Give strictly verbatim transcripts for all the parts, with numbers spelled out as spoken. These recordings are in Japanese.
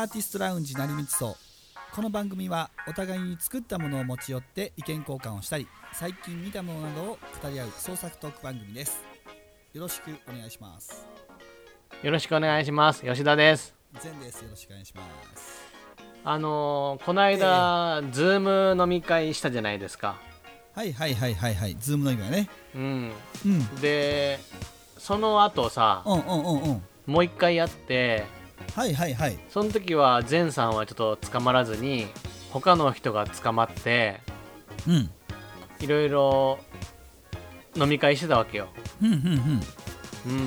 ーティストラウンジ成光荘。この番組はお互いに作ったものを持ち寄って意見交換をしたり、最近見たものなどを語り合う創作トーク番組です。よろしくお願いします。 よろしくお願いします。吉田です。 善です。よろしくお願いします。 あのー、この間、えー、ズーム飲み会したじゃないですか。 はいはいはいはいはい、ズーム飲み会ね。 うん、 うん、 でその後さ、 うんうんうんうん、 もう一回やって、 はいはいはい、 その時は善さんはちょっと捕まらずに他の人が捕まって、 うん、 いろいろ飲み会してたわけよ。 うんうんうん、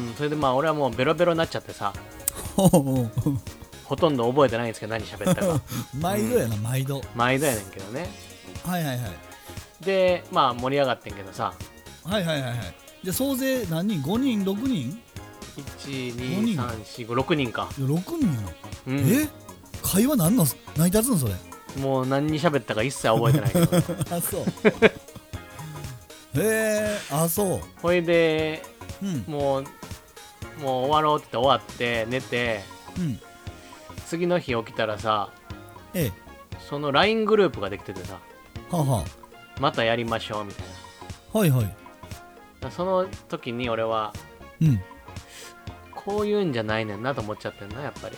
うん、それでまあ俺はもうベロベロになっちゃってさほとんど覚えてないんですけど何喋ったか毎度やな、うん、毎度毎度やねんけどね。 はいはいはい。 でまあ盛り上がってんけどさ、 はいはいはいはい。じゃあ総勢何人？ごにんろくにん？ いち、に、さん、よん、ご、ろくにんか。 ろくにんやな、 うん、 え会話何の成り立つのそれ。 もう何に喋ったか一切覚えてないけどあそうへえ、あそう。 ほいで、 うん、 もうもう終わろうって終わって寝て、 うん、 次の日起きたらさ、 ええ、 その ライン グループができててさ、 はあはあ、 またやりましょうみたいな。はいはい。 その時に俺は、 うん、 こういうんじゃないねんなと思っちゃってんな、やっぱり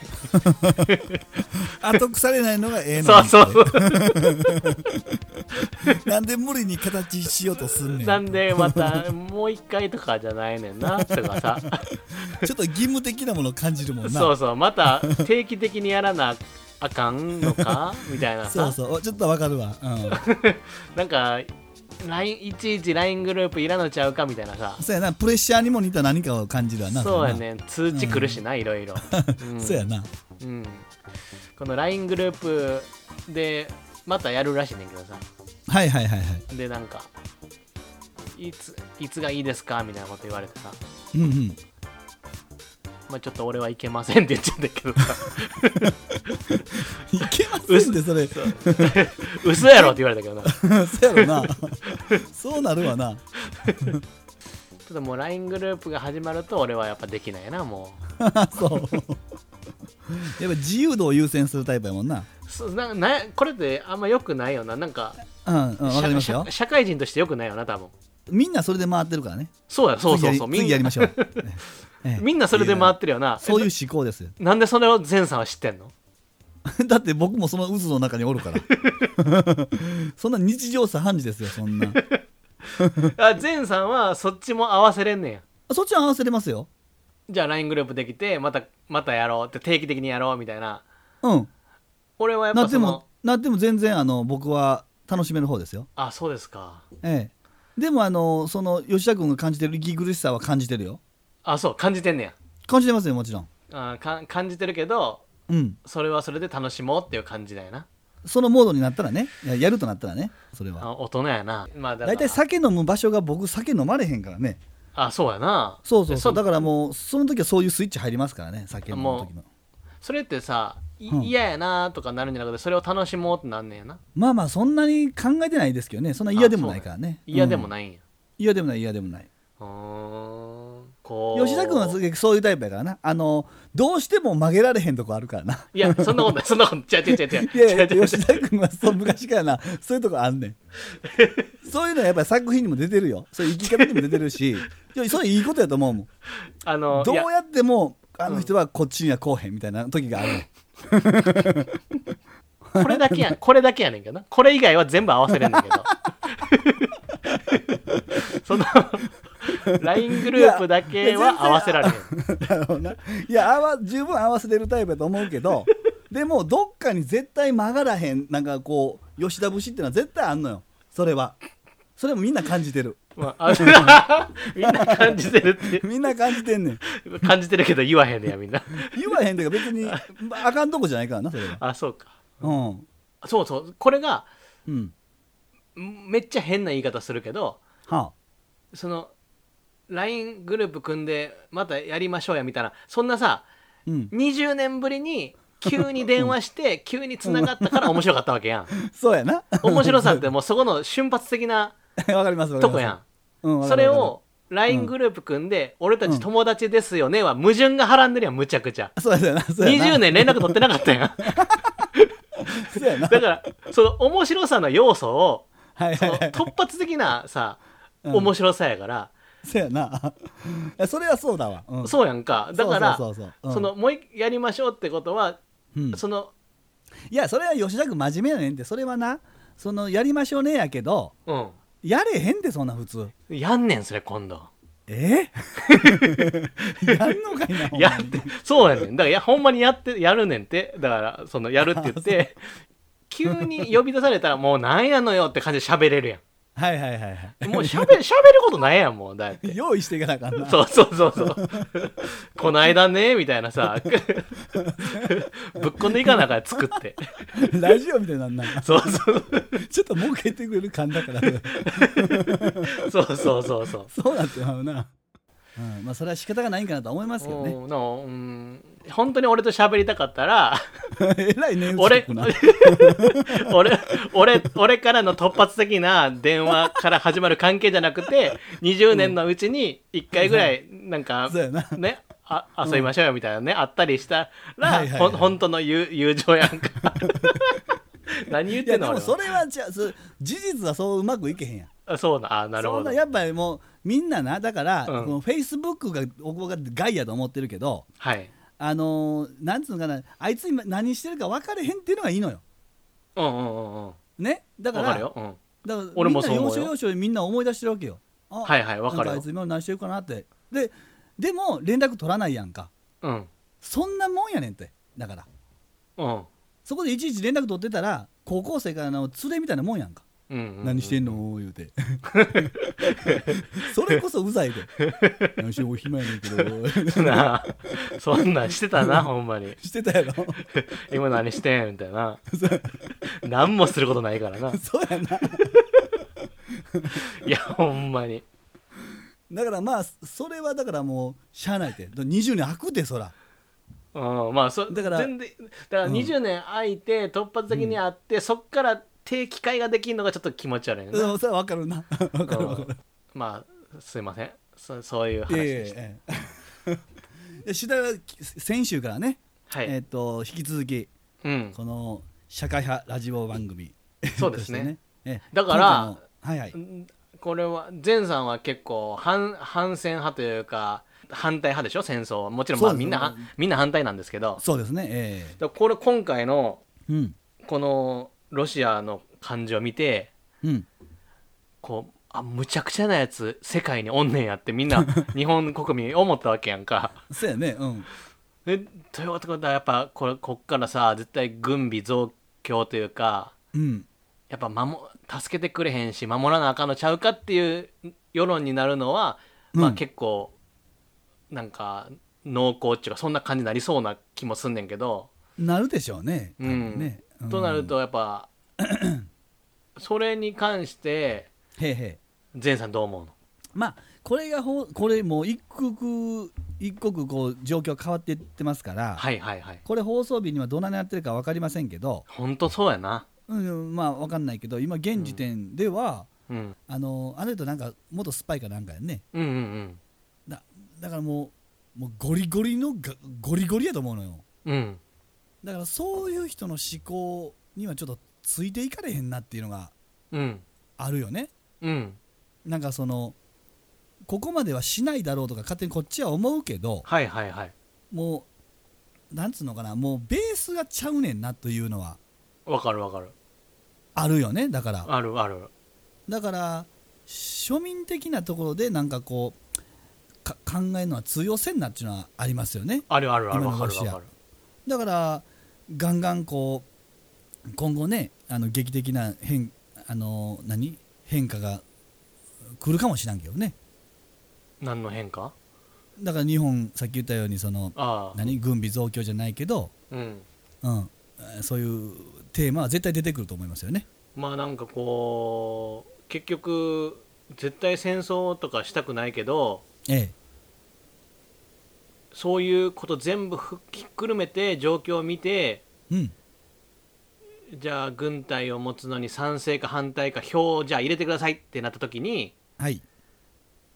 後腐れないのがええのそうそうなんで無理に形しようとすんねん。 なんでまたもう一回とかじゃないねんなとかさちょっと義務的なものを感じるもんな。 そうそう、また定期的にやらなあかんのかみたいなさ。 そうそう、ちょっとわかるわ、うん、 なんかラインいちいち ライン グループいらのちゃうかみたいなさ。 そうやな、プレッシャーにも似た何かを感じるわな。 そうやねん、通知来るしな、うん、いろいろ、 うん、そうやな、 うん、この ライン グループでまたやるらしいねんけどさ。 はいはいはいはい。 でなんかいついつがいいですかみたいなこと言われてさ、 うんうん、 まあ、ちょっと俺はいけませんって言っちゃったけどさいけませんってそれ嘘やろって言われたけどなそうやろなそうなるわなちょっともう ライン グループが始まると俺はやっぱできないな、もうそうやっぱ自由度を優先するタイプやもんな。 そうななこれってあんま良くないよな。なんか、 うんうん、わかりますよ。 社会人として良くないよな、多分。 みんなそれで回ってるからね。 そうや、そうそうそう、 次 や, 次やりましょうええ、みんなそれで回ってるよな。 そういう思考ですよ。 なんでそれを前さんは知ってんのだって僕もその渦の中におるからそんな日常茶飯事ですよ、そんなあ、前さんはそっちも合わせれんねんや。 そっちは合わせれますよ。 じゃあ ライン グループできてまたまたやろうって定期的にやろうみたいな。 うん。 俺はやっぱそのなってもなっても全然あの僕は楽しめる方ですよ。 あ、そうですか。 ええ。でもあのその吉田君が感じてる息苦しさは感じてるよ。 あ、そう感じてんねや。 感じてますよ、もちろん。 あか感じてるけど、うん、それはそれで楽しもうっていう感じだよな。 そのモードになったらね、や、やるとなったらね、それは。 あ、大人やな。まあだいたい酒飲む場所が僕酒飲まれへんからね。 あ、そうやな。 そうそうそう。だからもうその時はそういうスイッチ入りますからね、酒飲む時も。 それってさ、嫌、うん、やなとかなるんじゃなくて、それを楽しもうってなんねやな。 まあまあそんなに考えてないですけどね。そんな嫌でもないからね。 嫌でもないんや。 嫌でもない嫌でもない。 うーん、こう吉田君はそういうタイプやからな。あのどうしても曲げられへんとこあるからな。 いや、そんなことない、そんなことない。違う違う違う違う。 いやいや、吉田君はそう昔からな、そういうとこあんねんそういうのはやっぱり作品にも出てるよ。そういう生き方にも出てるしそれいいことやと思うもん。あのどうやってもあの人はこっちにはこうへんみたいな時があるこれだけやこれだけやねんけどな。これ以外は全部合わせれんねんけどそのライン グループだけは合わせられへん。 だろうな。いや、あわ十分合わせれるタイプだと思うけどでもどっかに絶対曲がらへん、なんかこう吉田節っていうのは絶対あんのよ。それはそれもみんな感じてる、 まあ、あみんな感じてるってみんな感じてんねん。感じてるけど言わへんねや、みんな言わへんってか別にあかんとこじゃないからな、それは。 あ、そうか、 うん、 そうそう、これが、 うん、 めっちゃ変な言い方するけど、 はあ、 その ライン グループ組んでまたやりましょうやみたいな、そんなさ、うん、にじゅうねんぶりに急に電話して急に繋がったから面白かったわけやんそうやな面白さってもうそこの瞬発的なわかります、 とこやん、うん、それをライン グループ組んで、うん、俺たち友達ですよねは矛盾がはらんでるやん、むちゃくちゃ。 そうやな、そうやな。 にじゅうねん連絡取ってなかったやんそうやな。だからその面白さの要素を、はいはいはい、その突発的なさ、うん、面白さやから。 そうやなそれはそうだわ、 うん、そうやんか。だからそのもうやりましょうってことは、うん、そのいやそれは吉田君真面目やねんって。それはな、そのやりましょうねやけど、うん、やれへんでそんな普通。 やんねんそれ今度。 えやんのかいなほんまに。 やってそうやねん。だからやほんまにやってやるねんって。だからそのやるって言って急に呼び出されたらもうなんやのよって感じで喋れるやん。 はいはいはいはい。 もうしゃべることないやんもう。だって用意していかなあかんな。 そうそうそうそうこないだねみたいなさぶっこんでいかなあかん作ってラジオみたいなんな。 そうそうちょっともう一回言ってくれる感だからそうそうそうそうそうなってまうな。うん、まあそれは仕方がないんかなと思いますけどね。 うん、本当に俺と喋りたかったらえらいね俺俺俺俺からの突発的な電話から始まる関係じゃなくてにじゅうねんのうちにいっかいぐらいなんか、うん、ねあ遊びましょうよみたいなね、うん、あったりしたら、はいはいはい、ほ本当の 友, 友情やんか何言ってんの。 いやでもそれはじゃあ事実はそううまくいけへんやん。 あそうなあなるほど。 そんなやっぱりもうみんななだから、うん、このフェイスブックが僕が害やと思ってるけど、はい、あのー、なんつうのかな、あいつ今何してるか分かれへんっていうのがいいのよ。 うんうんうんうんね、だから分かるよ、うん、 だから俺もそう思うよ。みんな要所要所でみんな思い出してるわけよ。あ、 はいはい分かるよ。 あいつ今何してるかなって。ででも連絡取らないやんか、うん、そんなもんやねんって。だから、うん、そこでいちいち連絡取ってたら高校生からの連れみたいなもんやんか。うんうんうん、何してんの言うてそれこそうざいで何しお暇やねんけどなあそんなんしてたなほんまにしてたやろ今何してんみたいな何もすることないからなそうやないやほんまにだからまあそれはだからもうしゃあないってにじゅうねん空くでそら。 うん、まあそだから全然だからにじゅうねん空いて突発的にあって、うん、そっから定期会ができるのがちょっと気持ち悪いな。 うん、それは分かるな分かる分かる。 まあすいません そ, そういう話でした。えーえー、次第は先週からね、はい、えー、と引き続き、うん、この社会派ラジオ番組そうですねね、えー、だから、はいはい、これは前さんは結構 反, 反戦派というか反対派でしょ戦争は。もちろんまあみんなみんな反対なんですけど。 そうですね、えー、これ今回の、うん、このロシアの感じを見て、うん、こうあむちゃくちゃなやつ世界におんねんやってみんな日本国民思ったわけやんかそうやね、うん、 でということはやっぱこれこっからさ絶対軍備増強というか、うん、やっぱ守助けてくれへんし守らなあかんのちゃうかっていう世論になるのは、うん、まあ結構なんか濃厚っていうかそんな感じになりそうな気もすんねんけど。 なるでしょうね、 多分ね、うん、となるとやっぱそれに関して前さんどう思うの。 まあこれがほこれもう一刻一刻こう状況変わっていってますから、はいはいはい、これ放送日にはどんなにやってるか分かりませんけど。 本当そうやな、 うん、まあ分かんないけど今現時点では、うん、あのあの人なんか元スパイかなんかやね、うんうんうん、だ, だからもうもうゴリゴリのゴリゴリやと思うのよ、うん、だからそういう人の思考にはちょっとついていかれへんなっていうのがあるよね、うん、なんかそのここまではしないだろうとか勝手にこっちは思うけど、はいはいはい、もうなんつうのかな、もうベースがちゃうねんなというのはわかるわかるあるよね。だからあるあるだから庶民的なところでなんかこうか考えるのは通用せんなっていうのはありますよね。 あるあるあるわかるわかる。 だからガンガンこう今後ねあの劇的な変あの何変化が来るかもしらんけどね。 何の変化？ だから日本さっき言ったようにその何軍備増強じゃないけど、うんうん、そういうテーマは絶対出てくると思いますよね。 まあなんかこう結局絶対戦争とかしたくないけど、ええ、そういうこと全部ひっくるめて状況を見て、うん、じゃあ軍隊を持つのに賛成か反対か票をじゃあ入れてくださいってなった時に、はい、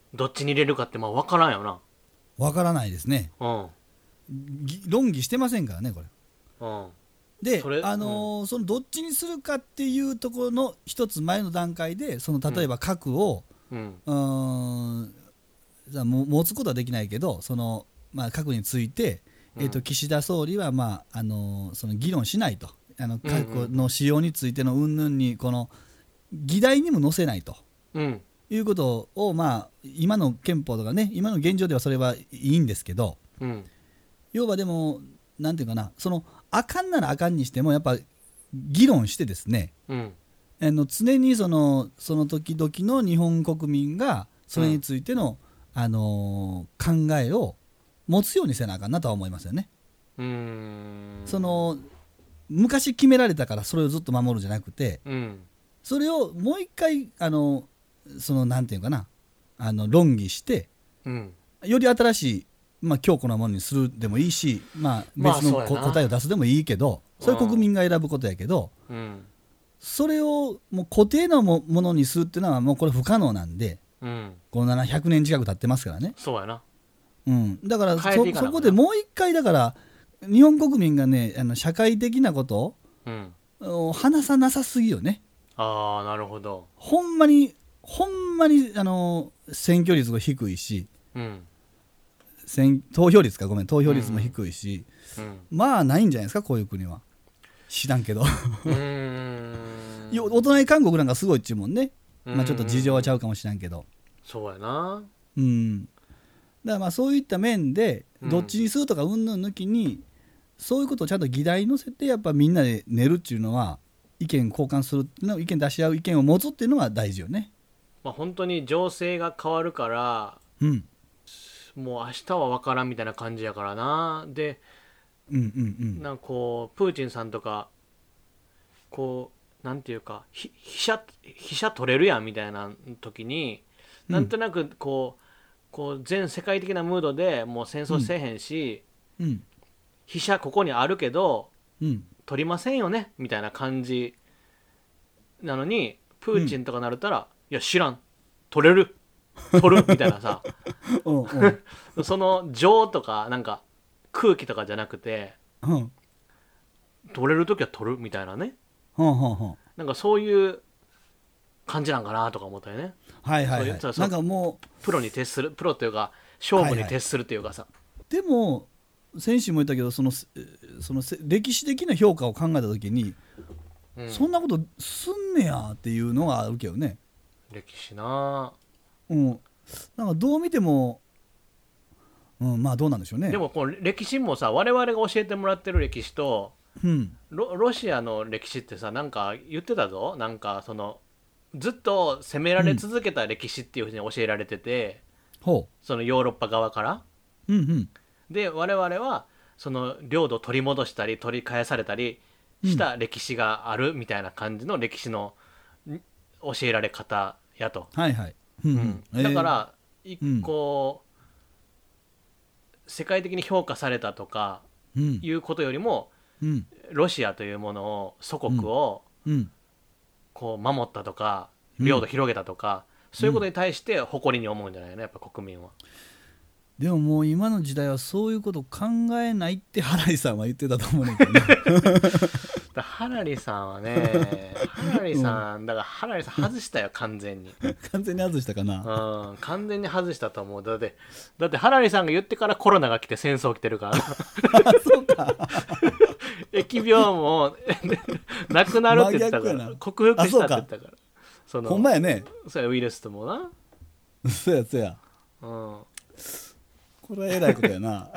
どっちに入れるかってまあ分からんよな。 分からないですね、うん、論議してませんからねこれ、うん、で、あのーうん、そのどっちにするかっていうところの一つ前の段階でその例えば核を、うん、うーん持つことはできないけどその、まあ、核について、うんえー、と岸田総理は、まああのー、その議論しないとあの核の使用についての云々にこの議題にも載せないと、うん、いうことを、まあ、今の憲法とかね今の現状ではそれはいいんですけど、うん、要はでもなんていうかなそのあかんならあかんにしてもやっぱ議論してですね、うん、あの常にそのその時々の日本国民がそれについての、うんあのー、考えを持つようにせなあかんなとは思いますよね。うーんその昔決められたからそれをずっと守るじゃなくて、うん、それをもう一回あのそのなんていうかなあの論議して、うん、より新しい、まあ、強固なものにするでもいいし、まあ、別の、まあ、答えを出すでもいいけどそれは国民が選ぶことやけど、うん、それをもう固定のものにするっていうのはもうこれ不可能なんで、うん、このななひゃくねん近く経ってますからね。 そうやな、 うん、だから そ, そこでもう一回だから日本国民がねあの社会的なことを話さなさすぎよね。 ああなるほど。 ほんまにほんまにあの選挙率が低いし、うん、選投票率かごめん投票率も低いし、うんうん、まあないんじゃないですかこういう国は。知らんけどうーんお隣韓国なんかすごいっちゅうもんね。まあ、ちょっと事情はちゃうかもしらんけど。 そうやな。 うんだからまあそういった面でどっちにするとかうんぬん抜きにそういうことをちゃんと議題に乗せてやっぱみんなで練るっていうのは意見交換するっていうのは意見出し合う意見を持つっていうのが大事よね。 まあ、本当に情勢が変わるから、うん、もう明日は分からんみたいな感じやからな。で、うんうんうん、なんかこうプーチンさんとかこうなんていうか飛車飛車取れるやんみたいな時に、うん、なんとなくこうこう全世界的なムードでもう戦争せえへんし、うんうん、飛車ここにあるけど、うん、取りませんよねみたいな感じなのにプーチンとかなるたら、うん、いや知らん取れる取るみたいなさおうおうその情とかなんか空気とかじゃなくて、うん、取れる時は取るみたいなね、うんうんうん、なんかそういう感じなんかなとか思ったよね。 はいはいはい。なんかもうプロに徹するプロというか勝負に徹するというかさ、はいはい、でも先週も言ったけどそのその歴史的な評価を考えた時に、うん、そんなことすんねやっていうのがあるけどね。 歴史なうんなんかどう見ても、うん、まあどうなんでしょうね。 でもこの歴史もさ我々が教えてもらってる歴史と、うん、ロ, ロシアの歴史ってさなんか言ってたぞ。なんかそのずっと攻められ続けた歴史っていうふうに教えられてて、うん、そのヨーロッパ側から、うんうん、で我々はその領土を取り戻したり取り返されたりした歴史があるみたいな感じの歴史の教えられ方やと、 はいはいうんうん、だから一個、うん、世界的に評価されたとかいうことよりも、うん、ロシアというものを祖国を、うんうんこう守ったとか領土広げたとか、うん、そういうことに対して誇りに思うんじゃないのやっぱ国民は。 でももう今の時代はそういうこと考えないってハラリさんは言ってたと思うねんけどねハラリさんはねハラリさんだからハラリさん外したよ完全に完全に外したかな。 うん完全に外したと思う。だってだってハラリさんが言ってからコロナが来て戦争来てるからそうか疫病もなくなるって言ったから克服したって言ったからそのほんまやね。 そうやウイルスともなそうやそうや、うん、これはえらいことやな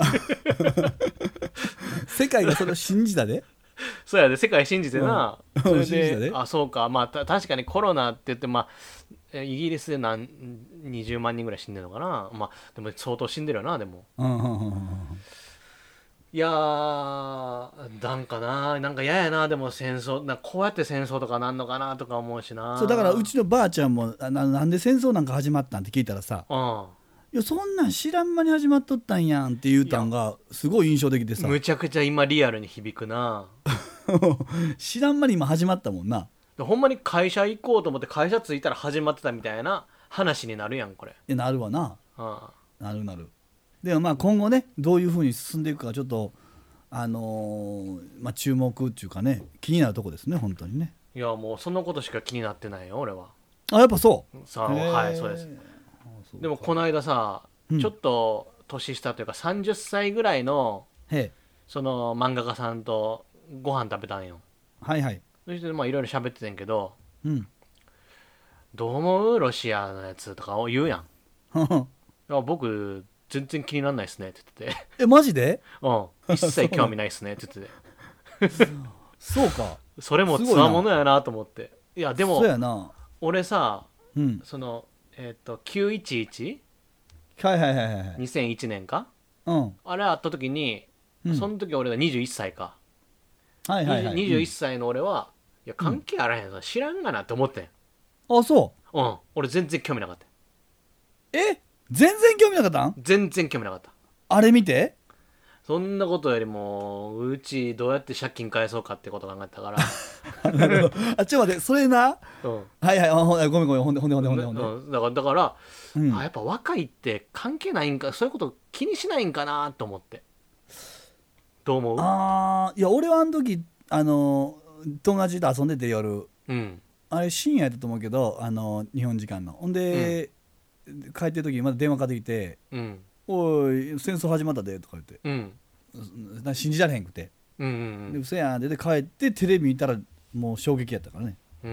世界がそれを信じたでそうやで世界信じてな、うん、それで信じたであそうかまあた確かにコロナって言ってまあイギリスで何にじゅうまんにんぐらい死んでるのかな。まあでも相当死んでるよなでも、うんうんうんうん、いやーなんかななんか嫌やなでも戦争なんかこうやって戦争とかなんのかなとか思うしな。 そうだからうちのばあちゃんも な, なんで戦争なんか始まったんって聞いたらさ、うん、いやそんなん知らん間に始まっとったんやんって言うたんがすごい印象的でさむちゃくちゃ今リアルに響くな知らん間に今始まったもんな。 ほんまに会社行こうと思って会社着いたら始まってたみたいな話になるやんこれ。 いやなるわな、 ああなるなる。でもまあ今後ねどういうふうに進んでいくかちょっとあのー、まあ注目っていうかね気になるとこですね本当にね。 いやもうそのことしか気になってないよ俺は。 あやっぱそうさあはいそうです。でもこの間さ、うん、ちょっと年下というかさんじゅっさいぐらいのその漫画家さんとご飯食べたんよ。 はいはい。 そしてまあいろいろ喋ってたんけど、 うん、 どう思うロシアのやつとか言うやん。いや僕全然気にならないっすねって言ってて。 えマジで？ うん一切興味ないっすねって言ってて。 そうか。 それもつわものやなと思って。いやでもそうやな俺さ、 うん、 そのえっ、ー、ときゅういちいちはいはいはいはい。 にせんいちねんか、 うん、 あれあった時に、うん、その時俺がにじゅういっさいか、 はいはいはい、 にじゅういっさいの俺は、うん、いや関係あらへん、うん、知らんがなって思ってん。 あそううん俺全然興味なかった。 え全然興味なかったん？ 全然興味なかった。あれ見てそんなことよりもうちどうやって借金返そうかってこと考えたからなるほど。あちょっと待ってそれな、うん、はいはいほんごめんごめんほんでほんでほんでほんでほんで、 うん、だからだから、うん、あやっぱ若いって関係ないんかそういうこと気にしないんかなと思って。どう思う？ あいや俺はあの時あの友達と遊んでて夜、 うん、 あれ深夜やったと思うけどあの日本時間のほんで、うん、帰ってる時にまだ電話かかってきて、 うん、 おい戦争始まったでとか言って、 うん、 信じられへんくて、 うんうんうん、 で嘘やんで帰ってテレビ見たらもう衝撃やったからね、 うん、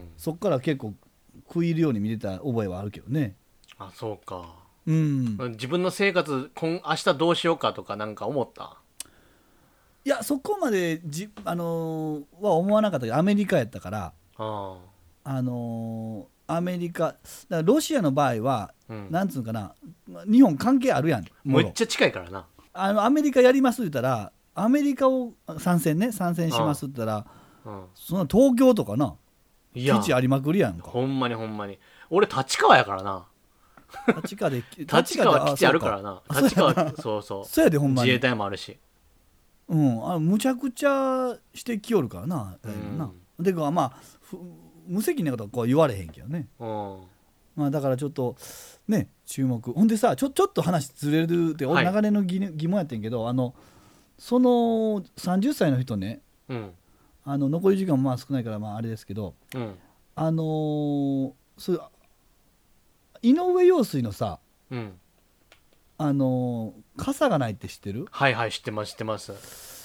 そっから結構食い入るように見てた覚えはあるけどね。 あそうか、 うん、 自分の生活今明日どうしようかとかなんか思った？ いやそこまでじ、あのー、は思わなかったけどアメリカやったから、 あ、 あのー、アメリカだからロシアの場合は、うん、なんつうのかな日本関係あるやん。 めっちゃ近いからな。 あのアメリカやりますって言ったらアメリカを参戦ね参戦しますって言ったら、うん、その東京とかな基地ありまくりやんか。 ほんまにほんまに俺立川やからな。 立川で立川基地あるからな。立川そうそうそうやでほんまに自衛隊もあるし、 うん、あむちゃくちゃしてきよるからな、うん、なでかまあ無責任なことはこう言われへんけどね、 うんまあ、だからちょっとね注目。ほんでさちょ、ちょっと話ずれるって俺長年の疑問やってんけど、はい、あのそのさんじゅっさいの人ね、 うん、 あの残り時間もまあ少ないからまああれですけど、 うん、 あのー、そう井上陽水のさ、 うん、 あのー、傘がないって知ってる？ はいはい知ってます知ってます。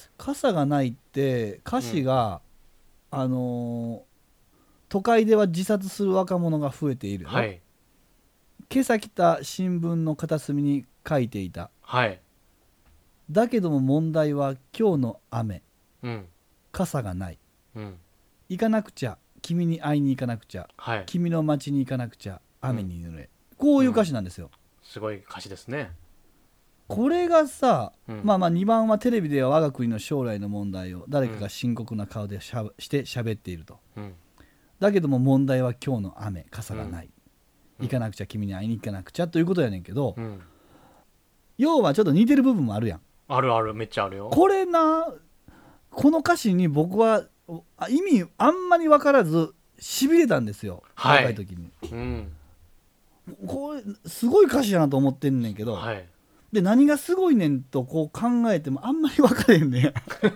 傘がないって歌詞が、うん、あのー都会では自殺する若者が増えている、 はい、 今朝来た新聞の片隅に書いていた、 はい、 だけども問題は今日の雨、 うん、 傘がない、 うん、 行かなくちゃ君に会いに行かなくちゃ、 はい、 君の街に行かなくちゃ雨に濡れ、うん、こういう歌詞なんですよ、うん、 すごい歌詞ですね。 これがさ、 うん、 まあまあにばんはテレビでは我が国の将来の問題を誰かが深刻な顔でしゃして喋っていると、うん、だけども問題は今日の雨傘がない、うん、行かなくちゃ君に会いに行かなくちゃということやねんけど、うん、要はちょっと似てる部分もあるやん。 あるあるめっちゃあるよ。 これなこの歌詞に僕は意味あんまり分からずしびれたんですよ、 はい、 若い時に、 うん、 これすごい歌詞やなと思ってんねんけど、 はい、 で何がすごいねんとこう考えてもあんまり分からへんねん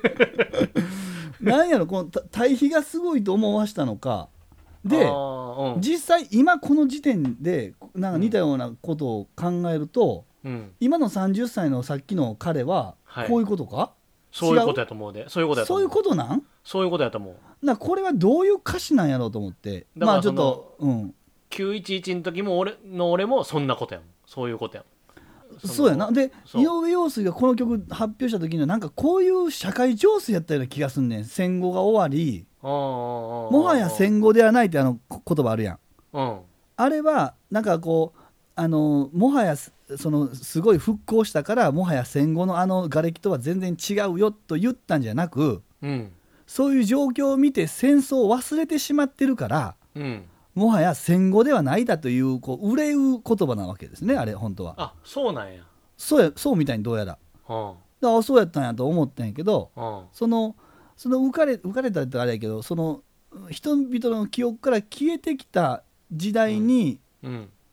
なんやろこの対比がすごいと思わしたのかで、うん、実際今この時点でなんか似たようなことを考えると、うん、今のさんじゅっさいのさっきの彼はこういうことか、はい、 そういうことやと思うで。そういうことやと思う。 そういうことなんそういうことやと思う。 なこれはどういう歌詞なんやろうと思って、まあちょっと、うん、 きゅういちいちの時も俺の俺もそんなことやもん。そういうことやもん。 そうやな。で井上陽水がこの曲発表した時にはなんかこういう社会情勢やったような気がすんねん。戦後が終わりもはや戦後ではないってあの言葉あるやん、 うん、 あれはなんかこうあのもはやそのすごい復興したからもはや戦後のあの瓦礫とは全然違うよと言ったんじゃなく、 うん、 そういう状況を見て戦争を忘れてしまってるから、 うん、 もはや戦後ではないだという、こう憂う言葉なわけですねあれ本当は。 あそうなんや。 そうやそうみたいにどうやら、 うん、 だからそうやったんやと思ったんやけど、 うん、 そのその浮かれ浮かれたってあれやけどその人々の記憶から消えてきた時代に、 うんうん、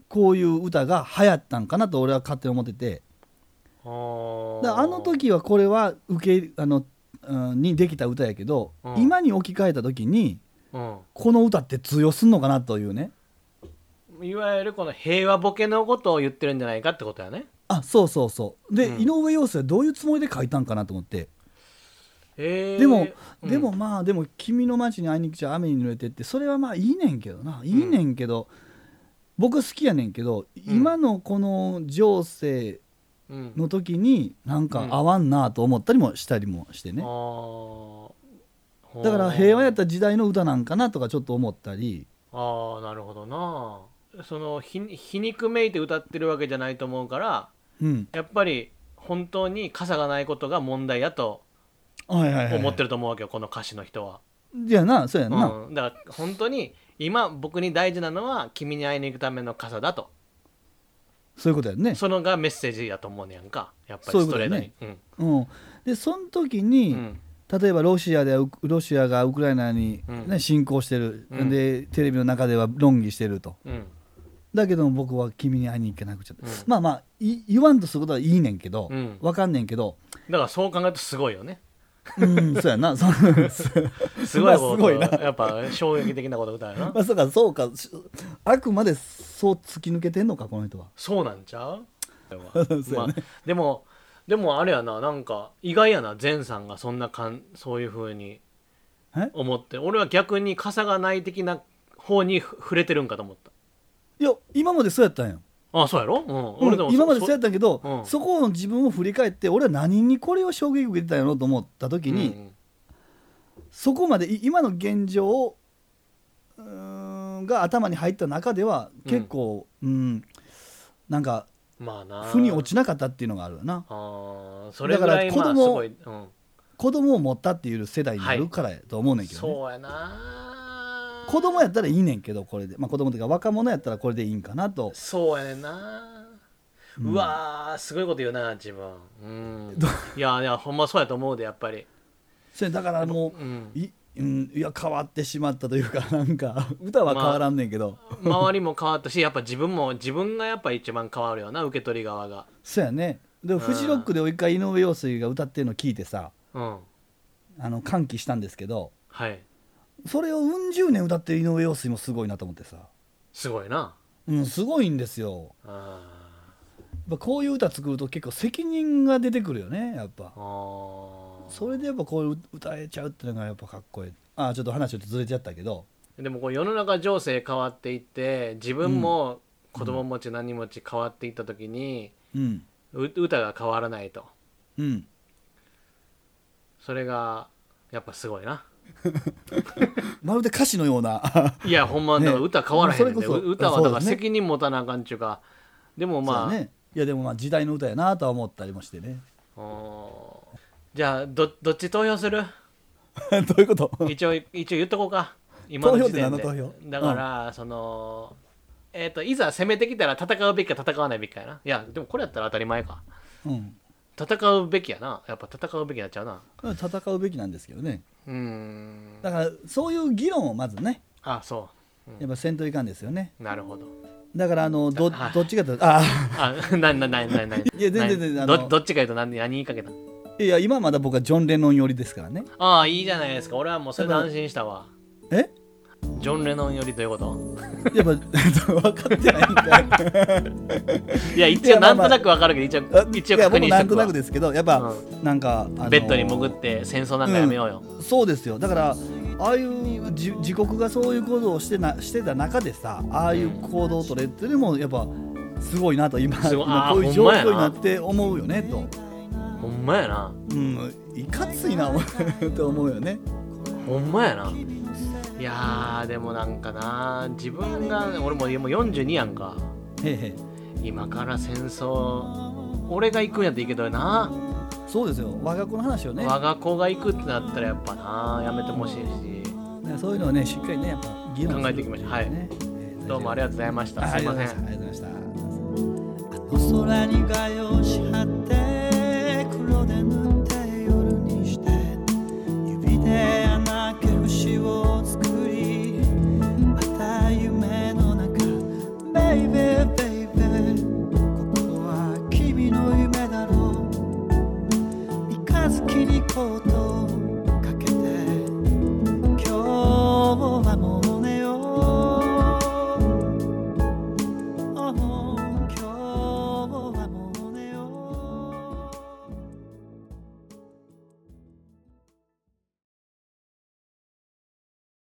こういう歌が流行ったんかなと俺は勝手に思ってて、あ, だあの時はこれは受けあの、うん、にできた歌やけど、うん、今に置き換えた時に、うん、この歌って通用すんのかなというね、 いわゆるこの平和ボケのことを言ってるんじゃないかってことやね。 あ、そうそうそうで、うん、井上陽水はどういうつもりで書いたんかなと思って、えー、でも、うん、でもまあでも君の街に会いに来ちゃ雨に濡れてってそれはまあいいねんけどないいねんけど、うん、僕好きやねんけど、うん、今のこの情勢の時になんか合わんなと思ったりもしたりもしてね、うん、だから平和やった時代の歌なんかなとかちょっと思ったり。 ああなるほどな。その皮肉めいて歌ってるわけじゃないと思うから、うん、やっぱり本当に傘がないことが問題やと思ってると思うわけよ、この歌詞の人は。 いやな、そうやな、 うん、だから本当に今僕に大事なのは君に会いに行くための傘だと、 そういうことやね。 そのがメッセージやと思うねやんか、やっぱりストレートに。 そういうことやね、うんうん、でその時に、うん、例えばロシアでロシアがウクライナに、ねうん、侵攻してる、うん、でテレビの中では論議してると、うん、だけども僕は君に会いに行けなくちゃって、うん、まあまあ言わんとすることはいいねんけど、うん、分かんねんけど、 だからそう考えるとすごいよね。 うんそうやなすごいこと、まあ、やっぱ衝撃的なこと歌やな。 まあそうかそうか、あくまでそう突き抜けてんのかこの人は。 そうなんちゃうまあ、でもでもあれやな、なんか意外やな、前さんがそんなかんそういう風に思って、俺は逆に傘がない的な方に触れてるんかと思った。 いや今までそうやったんや。 あ、そうやろ、うん俺でも今までそうやったけど、 そ,、うん、そこを自分を振り返って俺は何にこれを衝撃受けてたんやろと思った時に、うん、そこまで今の現状をうーんが頭に入った中では結構、うん、うん、なんかまあな負に落ちなかったっていうのがあるよな。あそれぐらいだから子供、まあすごい、うん、子供を持ったっていう世代になるからやと思うねんけどね、はい、 そうやな。 子供やったらいいねんけどこれで、まあ、子供というか若者やったらこれでいいんかなと。 そうやねんな、うん、うわーすごいこと言うな自分、うん、いやいやほんまそうやと思うでやっぱり。 それだからもう、うん、い, うん、いや変わってしまったというかなんか歌は変わらんねんけど、 まあ、周りも変わったしやっぱ自分も自分がやっぱ一番変わるよな、受け取り側が。 そうやね。でもフジロックで一回井上陽水が歌ってるの聞いてさ、うん、あの歓喜したんですけど、はい、それをうん十年歌ってる井上陽水もすごいなと思ってさ。 すごいな、 うん、すごいんですよ。あやっぱこういう歌作ると結構責任が出てくるよねやっぱ。あそれでやっぱこう歌えちゃうっていうのがやっぱかっこいい。あちょっと話ちょっとずれちゃったけど、 でもこう世の中情勢変わっていって自分も子供持ち何持ち変わっていった時に、うん、歌が変わらないと、うん、それがやっぱすごいなまるで歌詞のようないやほんまだから歌変わらへんねんで、歌はだから責任持たなあかんちゅうか。でもまあ、ね、 いやでもまあ時代の歌やなとは思ったりもしてね。 じゃあ ど, どっち投票するどういうこと一応一応言っとこうか今の時点で。 投票って何の投票だから、うん、そのえっ、ー、といざ攻めてきたら戦うべきか戦わないべきかやな。いやでもこれやったら当たり前か、うん、戦うべきやな、やっぱ戦うべきやっちゃうな。 戦うべきなんですけどね。うーんだからそういう議論をまずね、 あそう、 うん、やっぱせんといかんですよね。 なるほど。 だからあの ど, どっちかとああななななないや全然全然あの ど, どっちかと何何言いかけた。 いや今まだ僕はジョン・レノン寄りですからね。 ああいいじゃないですか。俺はもうそれで安心したわ。 えジョン・レノン寄りということ。 やっぱ分かってないんかい。いや一応なんとなく分かるけど、一応一応確認しとくわ。いや僕なんとなくですけどやっぱ、うん、なんか、あのー、 ベッドに潜って戦争なんかやめようよ、 うん、そうですよ。だからああいう自国がそういうことをしてなしてた中でさ、ああいう行動を取れっていうのもやっぱすごいなと 今, 今こういう状況になって思うよねと。 ほんまやな。 うんいかついなと思うよね。 ほんまやな。いやーでもなんかな、自分が俺ももうよんじゅうにやんか。へへ今から戦争俺が行くんやっていいけどな。 そうですよ、我が子の話をね。 我が子が行くってなったらやっぱなやめてほしいし、 そういうのをねしっかりねやっぱ議論考えていきましょう。はい、ね、どうもありがとうございました。すいません。 ありがとうございました。あの空に画用し張って